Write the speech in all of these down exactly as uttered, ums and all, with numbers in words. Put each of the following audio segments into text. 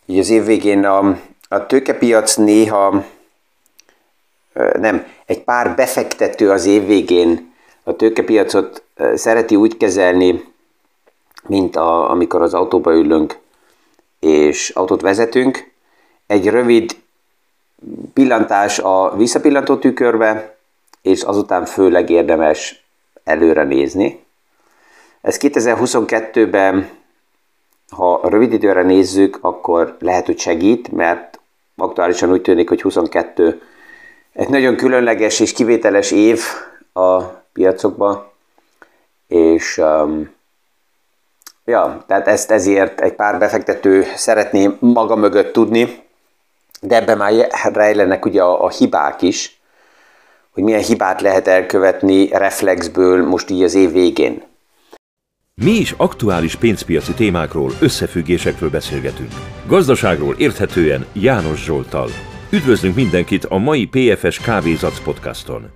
így az év végén a, a tőkepiac néha, nem, egy pár befektető az év végén a tőkepiacot szereti úgy kezelni, mint a, amikor az autóba ülünk és autót vezetünk. Egy rövid pillantás a visszapillantó tükörbe, és azután főleg érdemes előre nézni. Ez kétezer-huszonkettőben, ha rövid időre nézzük, akkor lehet, hogy segít, mert aktuálisan úgy tűnik, hogy huszonkettő egy nagyon különleges és kivételes év a piacokban, és um, ja, tehát ezt ezért egy pár befektető szeretné maga mögött tudni, de ebben már rejlenek ugye a, a hibák is, hogy milyen hibát lehet elkövetni reflexből most így az év végén. Mi is aktuális pénzpiaci témákról, összefüggésekről beszélgetünk. Gazdaságról érthetően János Zsolttal. Üdvözlünk mindenkit a mai pé ef es Kávézac podcaston.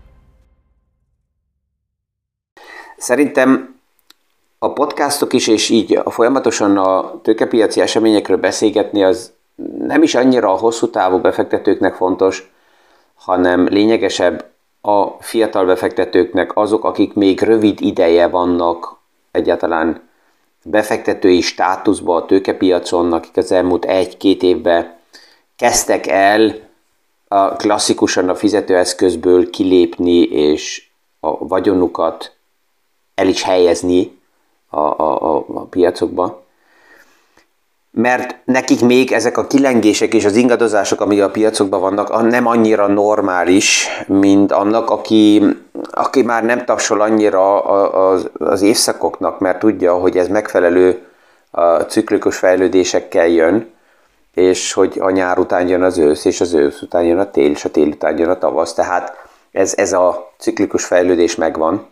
Szerintem a podcastok is, és így folyamatosan a tőkepiaci eseményekről beszélgetni, az nem is annyira a hosszú távú befektetőknek fontos, hanem lényegesebb a fiatal befektetőknek, azok, akik még rövid ideje vannak egyáltalán befektetői státuszba a tőkepiacon, akik az elmúlt egy-két évben kezdtek el a klasszikusan a fizetőeszközből kilépni, és a vagyonukat el is helyezni a, a, a, a piacokba. Mert nekik még ezek a kilengések és az ingadozások, amik a piacokban vannak, nem annyira normális, mint annak, aki, aki már nem tapsol annyira az, az évszakoknak, mert tudja, hogy ez megfelelő a ciklikus fejlődésekkel jön, és hogy a nyár után jön az ősz, és az ősz után jön a tél, és a tél után jön a tavasz. Tehát ez, ez a ciklikus fejlődés megvan.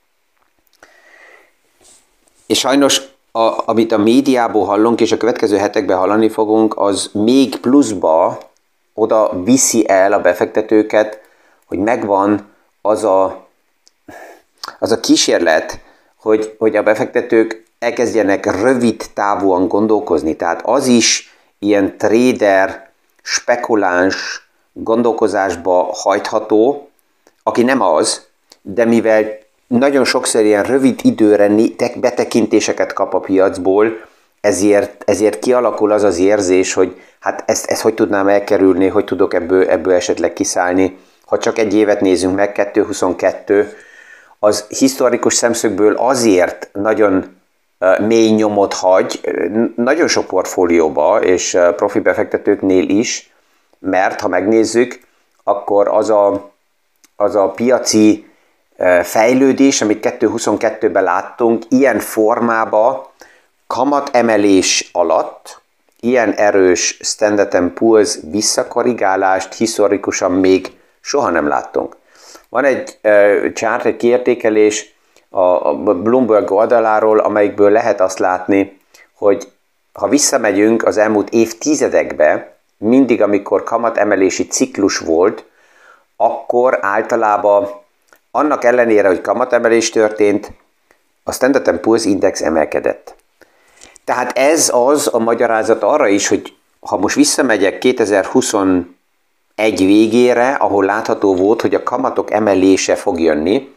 És sajnos, a, amit a médiából hallunk, és a következő hetekben hallani fogunk, az még pluszba oda viszi el a befektetőket, hogy megvan az a, az a kísérlet, hogy, hogy a befektetők elkezdjenek rövid távúan gondolkozni. Tehát az is ilyen trader, spekuláns gondolkozásba hajtható, aki nem az, de mivel nagyon sokszor ilyen rövid időre betekintéseket kap a piacból, ezért, ezért kialakul az az érzés, hogy hát ezt, ezt hogy tudnám elkerülni, hogy tudok ebből, ebből esetleg kiszállni. Ha csak egy évet nézünk meg, kétezer-huszonkettő, az historikus szemszögből azért nagyon mély nyomot hagy, nagyon sok portfólióba, és profi befektetőknél is, mert ha megnézzük, akkor az a, az a piaci fejlődés, amit kétezer-huszonkettőben láttunk, ilyen formában kamatemelés alatt, ilyen erős Standard and Poor's visszakorrigálást historikusan még soha nem láttunk. Van egy chart, egy kiértékelés a Bloomberg oldaláról, amelyikből lehet azt látni, hogy ha visszamegyünk az elmúlt évtizedekbe, mindig, amikor kamatemelési ciklus volt, akkor általában annak ellenére, hogy kamatemelés történt, a Standard and Poor's Index emelkedett. Tehát ez az a magyarázat arra is, hogy ha most visszamegyek kétezer-huszonegy végére, ahol látható volt, hogy a kamatok emelése fog jönni,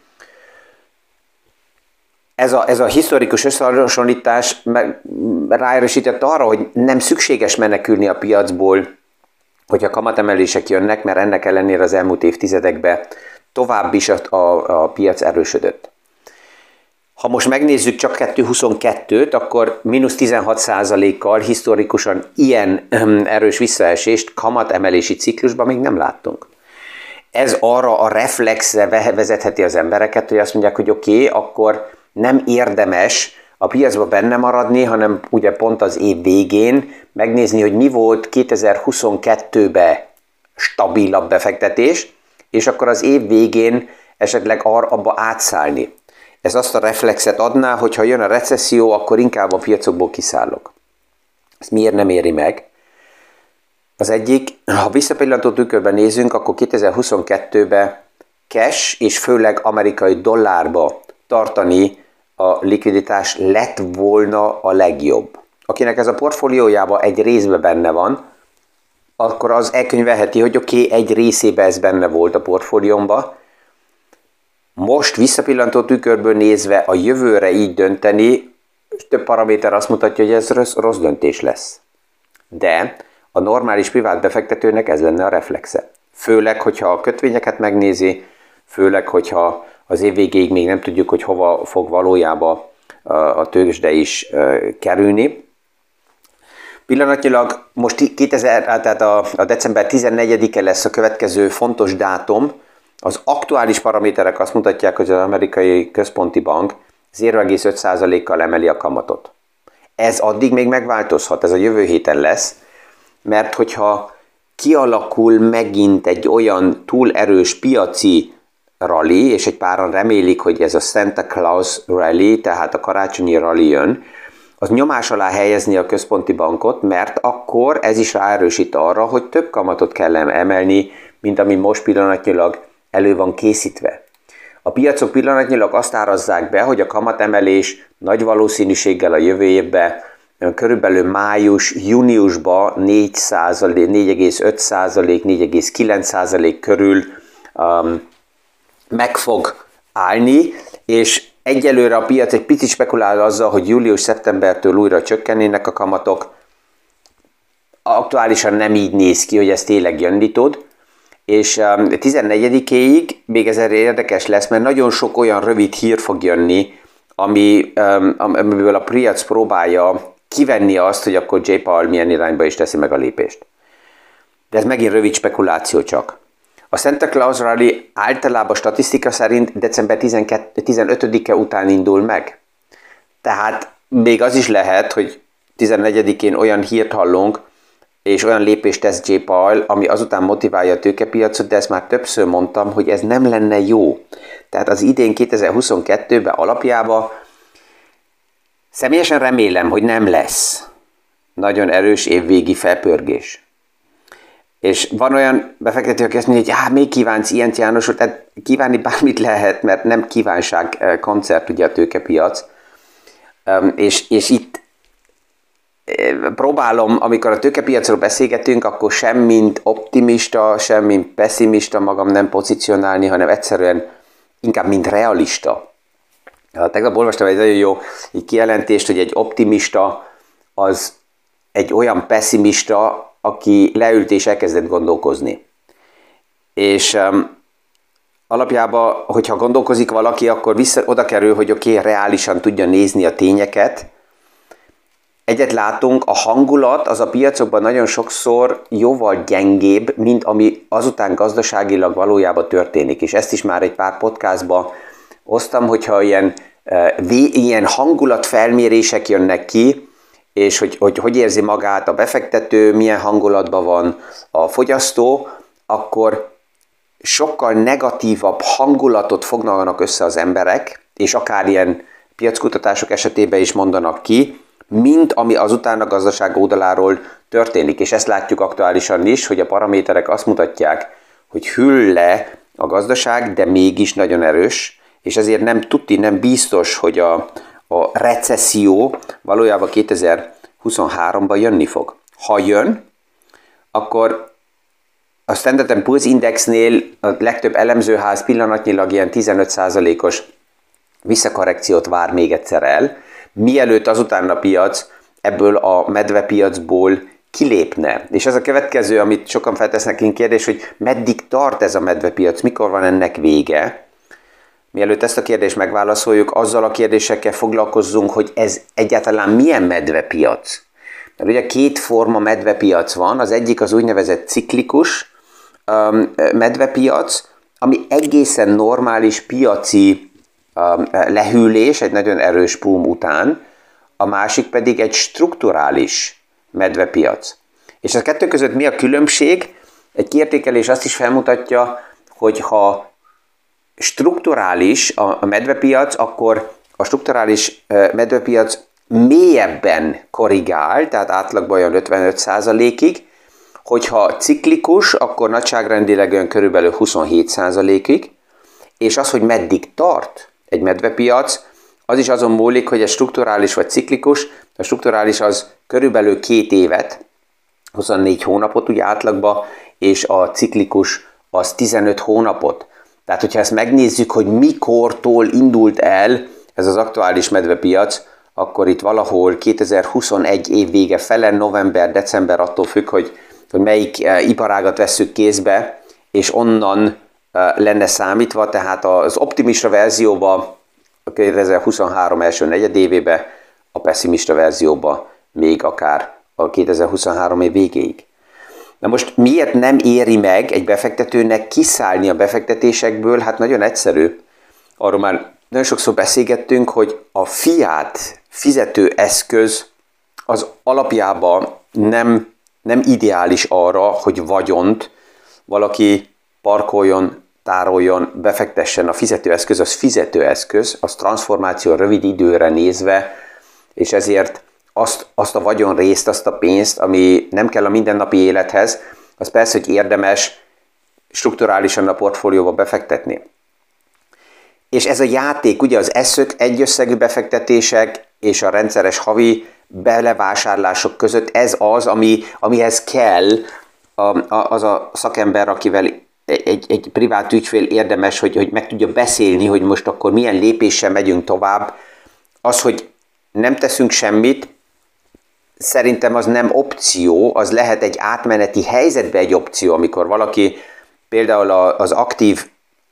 ez a, ez a historikus összehasonlítás ráerősített arra, hogy nem szükséges menekülni a piacból, hogyha kamatemelések jönnek, mert ennek ellenére az elmúlt évtizedekben tovább is a, a, a piac erősödött. Ha most megnézzük csak kétezer-huszonkettőt, akkor mínusz tizenhat százalékkal historikusan ilyen erős visszaesést kamatemelési ciklusban még nem láttunk. Ez arra a reflexre vezetheti az embereket, hogy azt mondják, hogy oké, okay, akkor nem érdemes a piacban benne maradni, hanem ugye pont az év végén megnézni, hogy mi volt kétezer-huszonkettőben stabilabb befektetés, és akkor az év végén esetleg abba átszállni. Ez azt a reflexet adná, hogy ha jön a recesszió, akkor inkább a piacokból kiszállok. Ezt miért nem éri meg? Az egyik, ha visszapillantó tükörben nézünk, akkor kétezer-huszonkettőben cash és főleg amerikai dollárba tartani a likviditás lett volna a legjobb. akinek ez a portfóliójában egy részben benne van, akkor az elkönyvelheti, hogy oké, okay, egy részében ez benne volt a portfóliómban. Most visszapillantó tükörből nézve a jövőre így dönteni, több paraméter azt mutatja, hogy ez rossz, rossz döntés lesz. De a normális privát befektetőnek ez lenne a reflexe. Főleg, hogyha a kötvényeket megnézi, főleg, hogyha az év végéig még nem tudjuk, hogy hova fog valójában a tőzsde is kerülni. Pillanatnyilag most kétezer, tehát a, a december tizennegyedike lesz a következő fontos dátum. Az aktuális paraméterek azt mutatják, hogy az amerikai központi bank nulla egész öt százalékkal emeli a kamatot. Ez addig még megváltozhat, ez a jövő héten lesz, mert hogyha kialakul megint egy olyan túl erős piaci rally, és egy páran remélik, hogy ez a Santa Claus rally, tehát a karácsonyi rally jön, az nyomás alá helyezni a központi bankot, mert akkor ez is ráerősít arra, hogy több kamatot kell emelni, mint ami most pillanatnyilag elő van készítve. A piacok pillanatnyilag azt árazzák be, hogy a kamatemelés nagy valószínűséggel a jövő évben körülbelül május, júniusban négy százalék, négy egész öt százalék, négy egész kilenc százalék körül um, meg fog állni, és egyelőre a piac egy picit spekulál azzal, hogy július-szeptembertől újra csökkennének a kamatok. Aktuálisan nem így néz ki, hogy ez tényleg jönni tud. És tizennegyedikéig még ez érdekes lesz, mert nagyon sok olyan rövid hír fog jönni, ami, amiből a piac próbálja kivenni azt, hogy akkor Jay Powell milyen irányba is teszi meg a lépést. De ez megint rövid spekuláció csak. A Santa Claus Rally általában statisztika szerint december tizenötödike után indul meg. Tehát még az is lehet, hogy tizennegyedikén olyan hírt hallunk, és olyan lépést tesz Jay Powell, ami azután motiválja a tőkepiacot, de ezt már többször mondtam, hogy ez nem lenne jó. Tehát az idén kétezer-huszonkettőben alapjában személyesen remélem, hogy nem lesz nagyon erős évvégi felpörgés. És van olyan befektető, aki azt mondja, hogy még kívánsz ilyent, János, tehát kívánni bármit lehet, mert nem kívánság koncert ugye a tőkepiac. És, és itt próbálom, amikor a tőkepiacról beszélgetünk, akkor sem mint optimista, sem mint pessimista magam nem pozícionálni, hanem egyszerűen inkább mint realista. Tegnap olvastam egy nagyon jó kijelentést, hogy egy optimista az egy olyan pessimista, aki leült és elkezdett gondolkozni. És um, alapjában, hogyha gondolkozik valaki, akkor vissza, oda kerül, hogy oké, okay, reálisan tudja nézni a tényeket. Egyet látunk, a hangulat az a piacokban nagyon sokszor jóval gyengébb, mint ami azután gazdaságilag valójában történik. És ezt is már egy pár podcastban osztam, hogyha ilyen, uh, ilyen hangulatfelmérések jönnek ki, és hogy, hogy hogy érzi magát a befektető, milyen hangulatban van a fogyasztó, akkor sokkal negatívabb hangulatot foglalnak össze az emberek, és akár ilyen piackutatások esetében is mondanak ki, mint ami azután a gazdaság oldaláról történik. És ezt látjuk aktuálisan is, hogy a paraméterek azt mutatják, hogy hűl le a gazdaság, de mégis nagyon erős, és ezért nem tuti, nem biztos, hogy a a recesszió valójában kétezer-huszonháromban jönni fog. Ha jön, akkor a Standard and Poor's Indexnél a legtöbb elemzőház pillanatnyilag ilyen tizenöt százalékos visszakorrekciót vár még egyszer el, mielőtt azután a piac ebből a medvepiacból kilépne. És ez a következő, amit sokan feltesznek én kérdés, hogy meddig tart ez a medvepiac, mikor van ennek vége. Mielőtt ezt a kérdést megválaszoljuk, azzal a kérdésekkel foglalkozzunk, hogy ez egyáltalán milyen medvepiac. Mert ugye két forma medvepiac van, az egyik az úgynevezett ciklikus um, medvepiac, ami egészen normális piaci um, lehűlés, egy nagyon erős boom után, a másik pedig egy strukturális medvepiac. És a kettő között mi a különbség? Egy kiértékelés azt is felmutatja, hogy ha strukturális a medvepiac, akkor a strukturális medvepiac mélyebben korrigál, tehát átlagban olyan ötvenöt százalékig, hogyha ciklikus, akkor nagyságrendileg olyan körülbelül huszonhét százalékig, és az, hogy meddig tart egy medvepiac, az is azon múlik, hogy ez strukturális vagy ciklikus. A strukturális az körülbelül két évet, huszonnégy hónapot ugye átlagban, és a ciklikus az tizenöt hónapot. Tehát, hogyha ezt megnézzük, hogy mikortól indult el ez az aktuális medvepiac, akkor itt valahol kétezer-huszonegy év vége fele, november, december, attól függ, hogy, hogy melyik iparágat vesszük kézbe, és onnan lenne számítva, tehát az optimista verzióban a kétezer-huszonhárom első negyedévében, a pessimista verzióban még akár a kétezer-huszonhárom év végéig. Na most miért nem éri meg egy befektetőnek kiszállni a befektetésekből? Hát nagyon egyszerű. Arról már nagyon sokszor beszélgettünk, hogy a fiat fizetőeszköz az alapjában nem, nem ideális arra, hogy vagyont valaki parkoljon, tároljon, befektessen. A fizetőeszköz az fizetőeszköz, az transformáció rövid időre nézve, és ezért azt, azt a vagyonrészt, azt a pénzt, ami nem kell a mindennapi élethez, az persze, hogy érdemes strukturálisan a portfólióba befektetni. És ez a játék, ugye az eszök, egyösszegű befektetések és a rendszeres havi belevásárlások között, ez az, ami, amihez kell a, a, az a szakember, akivel egy, egy privát ügyfél érdemes, hogy, hogy meg tudja beszélni, hogy most akkor milyen lépéssel megyünk tovább. Az, hogy nem teszünk semmit, szerintem az nem opció, az lehet egy átmeneti helyzetben egy opció, amikor valaki például az aktív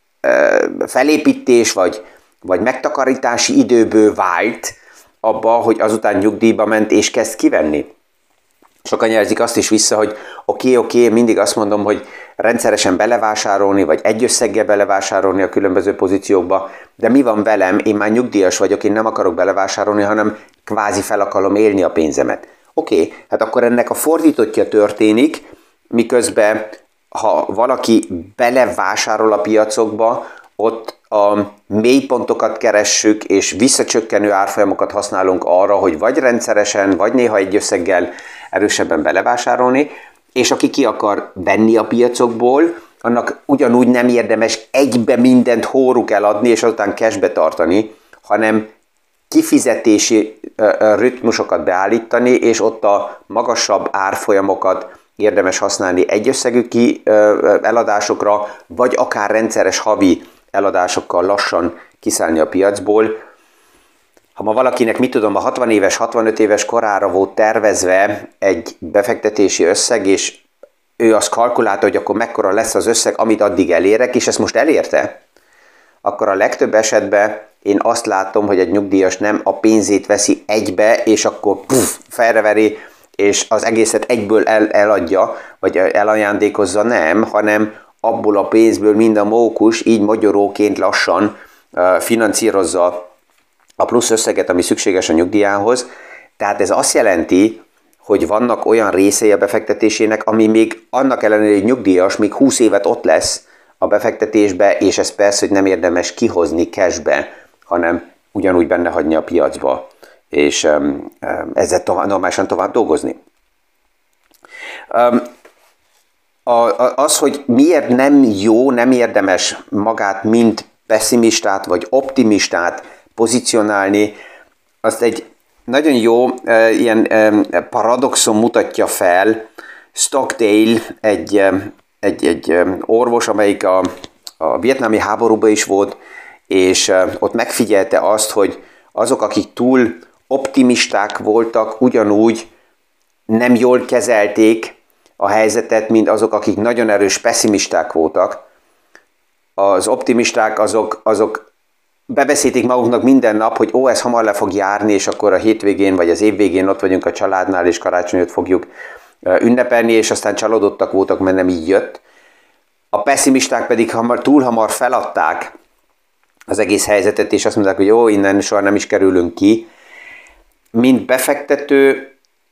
felépítés vagy, vagy megtakarítási időből vált abba, hogy azután nyugdíjba ment és kezd kivenni. Sokan jelzik azt is vissza, hogy oké, okay, oké, okay, mindig azt mondom, hogy rendszeresen belevásárolni, vagy egy összeggel belevásárolni a különböző pozíciókba, de mi van velem, én már nyugdíjas vagyok, én nem akarok belevásárolni, hanem kvázi fel akarom élni a pénzemet. Oké, okay, hát akkor ennek a fordítottja történik, miközben ha valaki belevásárol a piacokba, ott a mélypontokat keressük, és visszacsökkenő árfolyamokat használunk arra, hogy vagy rendszeresen, vagy néha egy összeggel erősebben belevásárolni, és aki ki akar venni a piacokból, annak ugyanúgy nem érdemes egybe mindent hóruk eladni, és azután cashbe tartani, hanem kifizetési ritmusokat beállítani, és ott a magasabb árfolyamokat érdemes használni egyösszegű ki eladásokra, vagy akár rendszeres havi eladásokkal lassan kiszállni a piacból. Ha ma valakinek, mit tudom, a hatvan éves, hatvanöt éves korára volt tervezve egy befektetési összeg, és ő azt kalkulálta, hogy akkor mekkora lesz az összeg, amit addig elérek, és ezt most elérte, akkor a legtöbb esetben én azt látom, hogy egy nyugdíjas nem a pénzét veszi egybe, és akkor puff, felreveri, és az egészet egyből el, eladja, vagy elajándékozza, nem, hanem abból a pénzből mind a mókus, így magyaróként lassan uh, finanszírozza a plusz összeget, ami szükséges a nyugdíjához. Tehát ez azt jelenti, hogy vannak olyan részei a befektetésének, ami még annak ellenére, hogy nyugdíjas, még húsz évet ott lesz a befektetésbe, és ez persze, hogy nem érdemes kihozni cashbe, hanem ugyanúgy benne hagyni a piacba, és um, um, ezzel tovább, normálisan tovább dolgozni. Um, a, a, az, hogy miért nem jó, nem érdemes magát mind pessimistát vagy optimistát pozícionálni, azt egy nagyon jó uh, ilyen um, paradoxon mutatja fel. Stockdale, egy, um, egy, egy um, orvos, amelyik a, a vietnámi háborúban is volt, és uh, ott megfigyelte azt, hogy azok, akik túl optimisták voltak, ugyanúgy nem jól kezelték a helyzetet, mint azok, akik nagyon erős pessimisták voltak. Az optimisták azok, azok bebeszélték maguknak minden nap, hogy ó, ez hamar le fog járni, és akkor a hétvégén vagy az évvégén ott vagyunk a családnál, és karácsonyot fogjuk ünnepelni, és aztán csalódottak voltak, mert nem így jött. A pessimisták pedig hamar, túl hamar feladták az egész helyzetet, és azt mondták, hogy jó, innen soha nem is kerülünk ki. Mint befektető,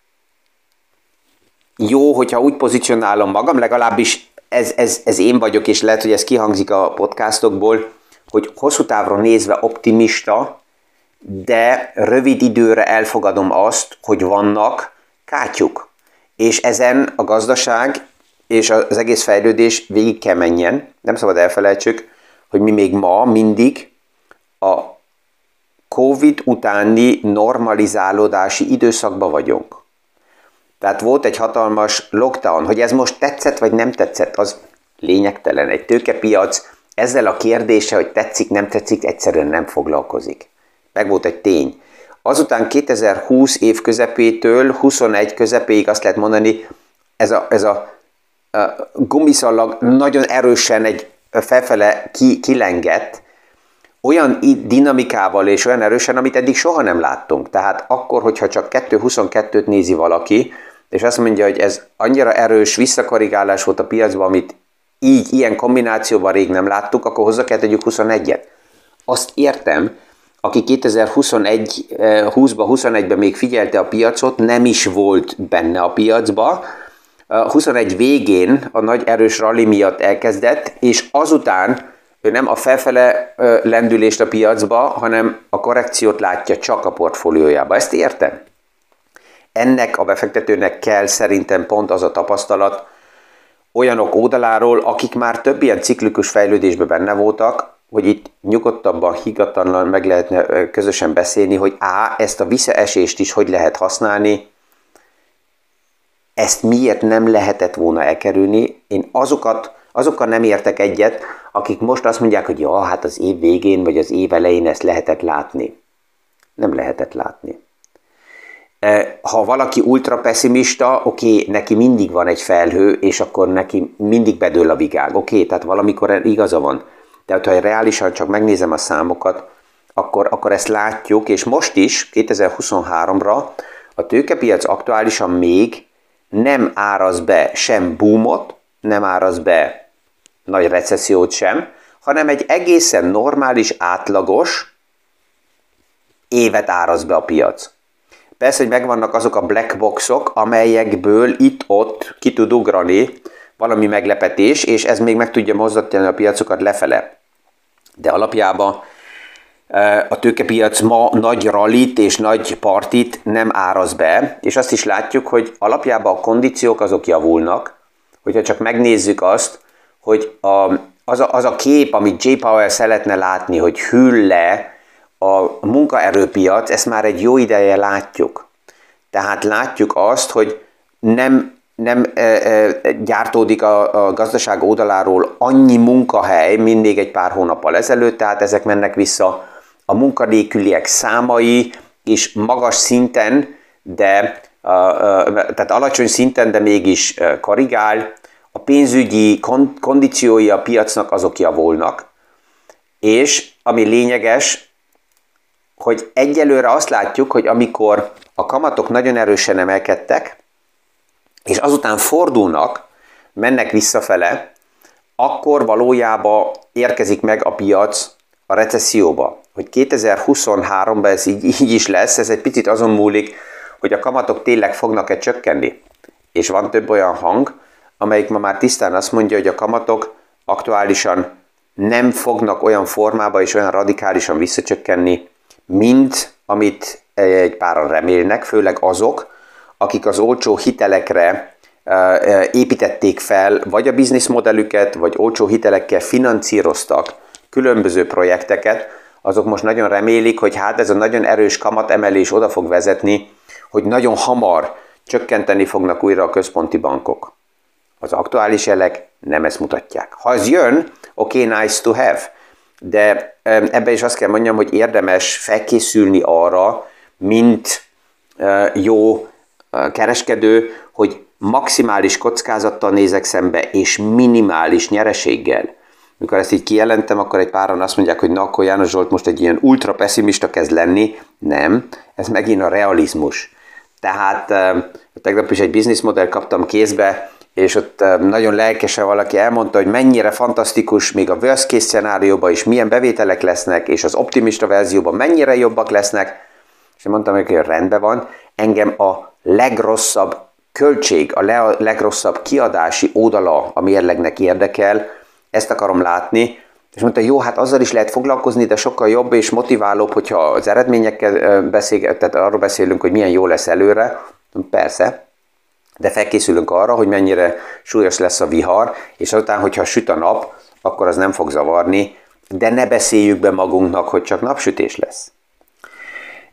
jó, hogyha úgy pozícionálom magam, legalábbis ez, ez, ez én vagyok, és lehet, hogy ez kihangzik a podcastokból, hogy hosszú távra nézve optimista, de rövid időre elfogadom azt, hogy vannak kátyuk. És ezen a gazdaság és az egész fejlődés végig kell menjen. Nem szabad elfelejtsük, hogy mi még ma mindig a Covid utáni normalizálódási időszakban vagyunk. Tehát volt egy hatalmas lockdown, hogy ez most tetszett vagy nem tetszett, az lényegtelen. Egy tőkepiac ezzel a kérdése, hogy tetszik, nem tetszik, egyszerűen nem foglalkozik. Meg volt egy tény. Azután kétezer-húsz év közepétől huszonegy közepéig azt lehet mondani, ez a, ez a, a gumiszallag nagyon erősen egy felfele ki, kilengett, olyan dinamikával és olyan erősen, amit eddig soha nem láttunk. Tehát akkor, hogyha csak kettő huszonkettőt nézi valaki, és azt mondja, hogy ez annyira erős visszakorrigálás volt a piacban, amit így, ilyen kombinációban rég nem láttuk, akkor hozzá kell tegyük huszonegyet. Azt értem, aki kétezer-huszonegy, húszban, huszonegyben még figyelte a piacot, nem is volt benne a piacba. huszonegy végén a nagy erős rally miatt elkezdett, és azután ő nem a felfele lendülést a piacba, hanem a korrekciót látja csak a portfóliójába. Ezt értem. Ennek a befektetőnek kell szerintem pont az a tapasztalat olyanok oldaláról, akik már több ilyen ciklikus fejlődésben benne voltak, hogy itt nyugodtabban, higgadtalan meg lehetne közösen beszélni, hogy á, ezt a visszaesést is hogy lehet használni, ezt miért nem lehetett volna elkerülni. Én azokat, azokkal nem értek egyet, akik most azt mondják, hogy ja, hát az év végén vagy az év elején ezt lehetett látni. Nem lehetett látni. Ha valaki ultra pessimista, oké, okay, neki mindig van egy felhő, és akkor neki mindig bedől a vigág. Oké, okay, tehát valamikor igaza van. De ha reálisan csak megnézem a számokat, akkor, akkor ezt látjuk, és most is, kétezer-huszonháromra a tőkepiac aktuálisan még nem áraz be sem boomot, nem áraz be nagy recessziót sem, hanem egy egészen normális, átlagos évet áraz be a piac. Persze, hogy megvannak azok a black boxok, amelyekből itt-ott ki tud ugrani valami meglepetés, és ez még meg tudja mozdítani a piacokat lefele. De alapjában a tőkepiac ma nagy rallit és nagy partit nem áraz be, és azt is látjuk, hogy alapjában a kondíciók azok javulnak, hogyha csak megnézzük azt, hogy a, az, a, az a kép, amit Jay Powell szeretne látni, hogy hűl le a munkaerőpiac, ezt már egy jó ideje látjuk. Tehát látjuk azt, hogy nem, nem e, e, gyártódik a, a gazdaság oldaláról annyi munkahely, mindig egy pár hónappal ezelőtt, tehát ezek mennek vissza. A munkanélküliek számai is magas szinten, de a, a, tehát alacsony szinten, de mégis korrigál. A pénzügyi kondíciói a piacnak azok javulnak, és ami lényeges, hogy egyelőre azt látjuk, hogy amikor a kamatok nagyon erősen emelkedtek, és azután fordulnak, mennek visszafele, akkor valójában érkezik meg a piac a recesszióba. Hogy kétezer-huszonháromban ez így, így is lesz, ez egy picit azon múlik, hogy a kamatok tényleg fognak-e csökkenni. És van több olyan hang, amelyik ma már tisztán azt mondja, hogy a kamatok aktuálisan nem fognak olyan formába és olyan radikálisan visszacsökkenni, mint amit egy páran remélnek, főleg azok, akik az olcsó hitelekre építették fel, vagy a bizniszmodellüket, vagy olcsó hitelekkel finanszíroztak különböző projekteket, azok most nagyon remélik, hogy hát ez a nagyon erős kamatemelés oda fog vezetni, hogy nagyon hamar csökkenteni fognak újra a központi bankok. Az aktuális jelek nem ezt mutatják. Ha ez jön, oké, okay, nice to have, de ebben is azt kell mondjam, hogy érdemes felkészülni arra, mint jó kereskedő, hogy maximális kockázattal nézek szembe, és minimális nyereséggel. Mikor ezt így kijelentem, akkor egy páran azt mondják, hogy na, akkor János Zsolt most egy ilyen ultra pessimista kezd lenni. Nem, ez megint a realizmus. Tehát tegnap is egy bizniszmodell kaptam kézbe, és ott nagyon lelkesen valaki elmondta, hogy mennyire fantasztikus még a worst case szenárióban is milyen bevételek lesznek, és az optimista verzióban mennyire jobbak lesznek. És én mondtam, hogy rendben van, engem a legrosszabb költség, a legrosszabb kiadási oldala a mérlegnek érdekel, ezt akarom látni, és mondta, jó, hát azzal is lehet foglalkozni, de sokkal jobb és motiválóbb, hogyha az eredményekkel beszél, tehát arról beszélünk, hogy milyen jó lesz előre. Persze, de felkészülünk arra, hogy mennyire súlyos lesz a vihar, és azután, hogyha süt a nap, akkor az nem fog zavarni, de ne beszéljük be magunknak, hogy csak napsütés lesz.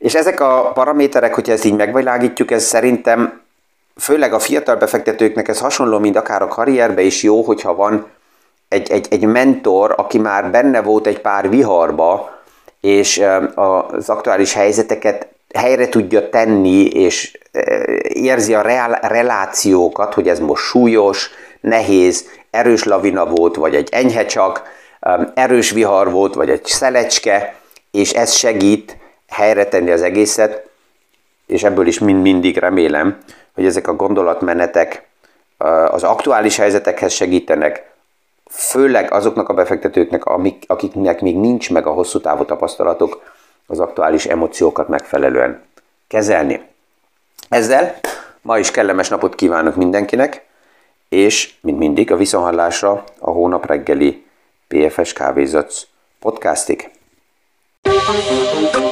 És ezek a paraméterek, hogyha ezt így megvilágítjuk, ez szerintem főleg a fiatal befektetőknek ez hasonló, mint akár a karrierbe is jó, hogyha van egy, egy, egy mentor, aki már benne volt egy pár viharba, és az aktuális helyzeteket helyre tudja tenni, és érzi a reál, relációkat, hogy ez most súlyos, nehéz, erős lavina volt, vagy egy enyhe csak, erős vihar volt, vagy egy szelecske, és ez segít helyre tenni az egészet, és ebből is mind mindig remélem, hogy ezek a gondolatmenetek az aktuális helyzetekhez segítenek, főleg azoknak a befektetőknek, amik, akiknek még nincs meg a hosszú távú tapasztalatok, az aktuális emóciókat megfelelően kezelni. Ezzel ma is kellemes napot kívánok mindenkinek, és mint mindig a viszonthallásra a hónap reggeli pé ef es Kávézac podcastig.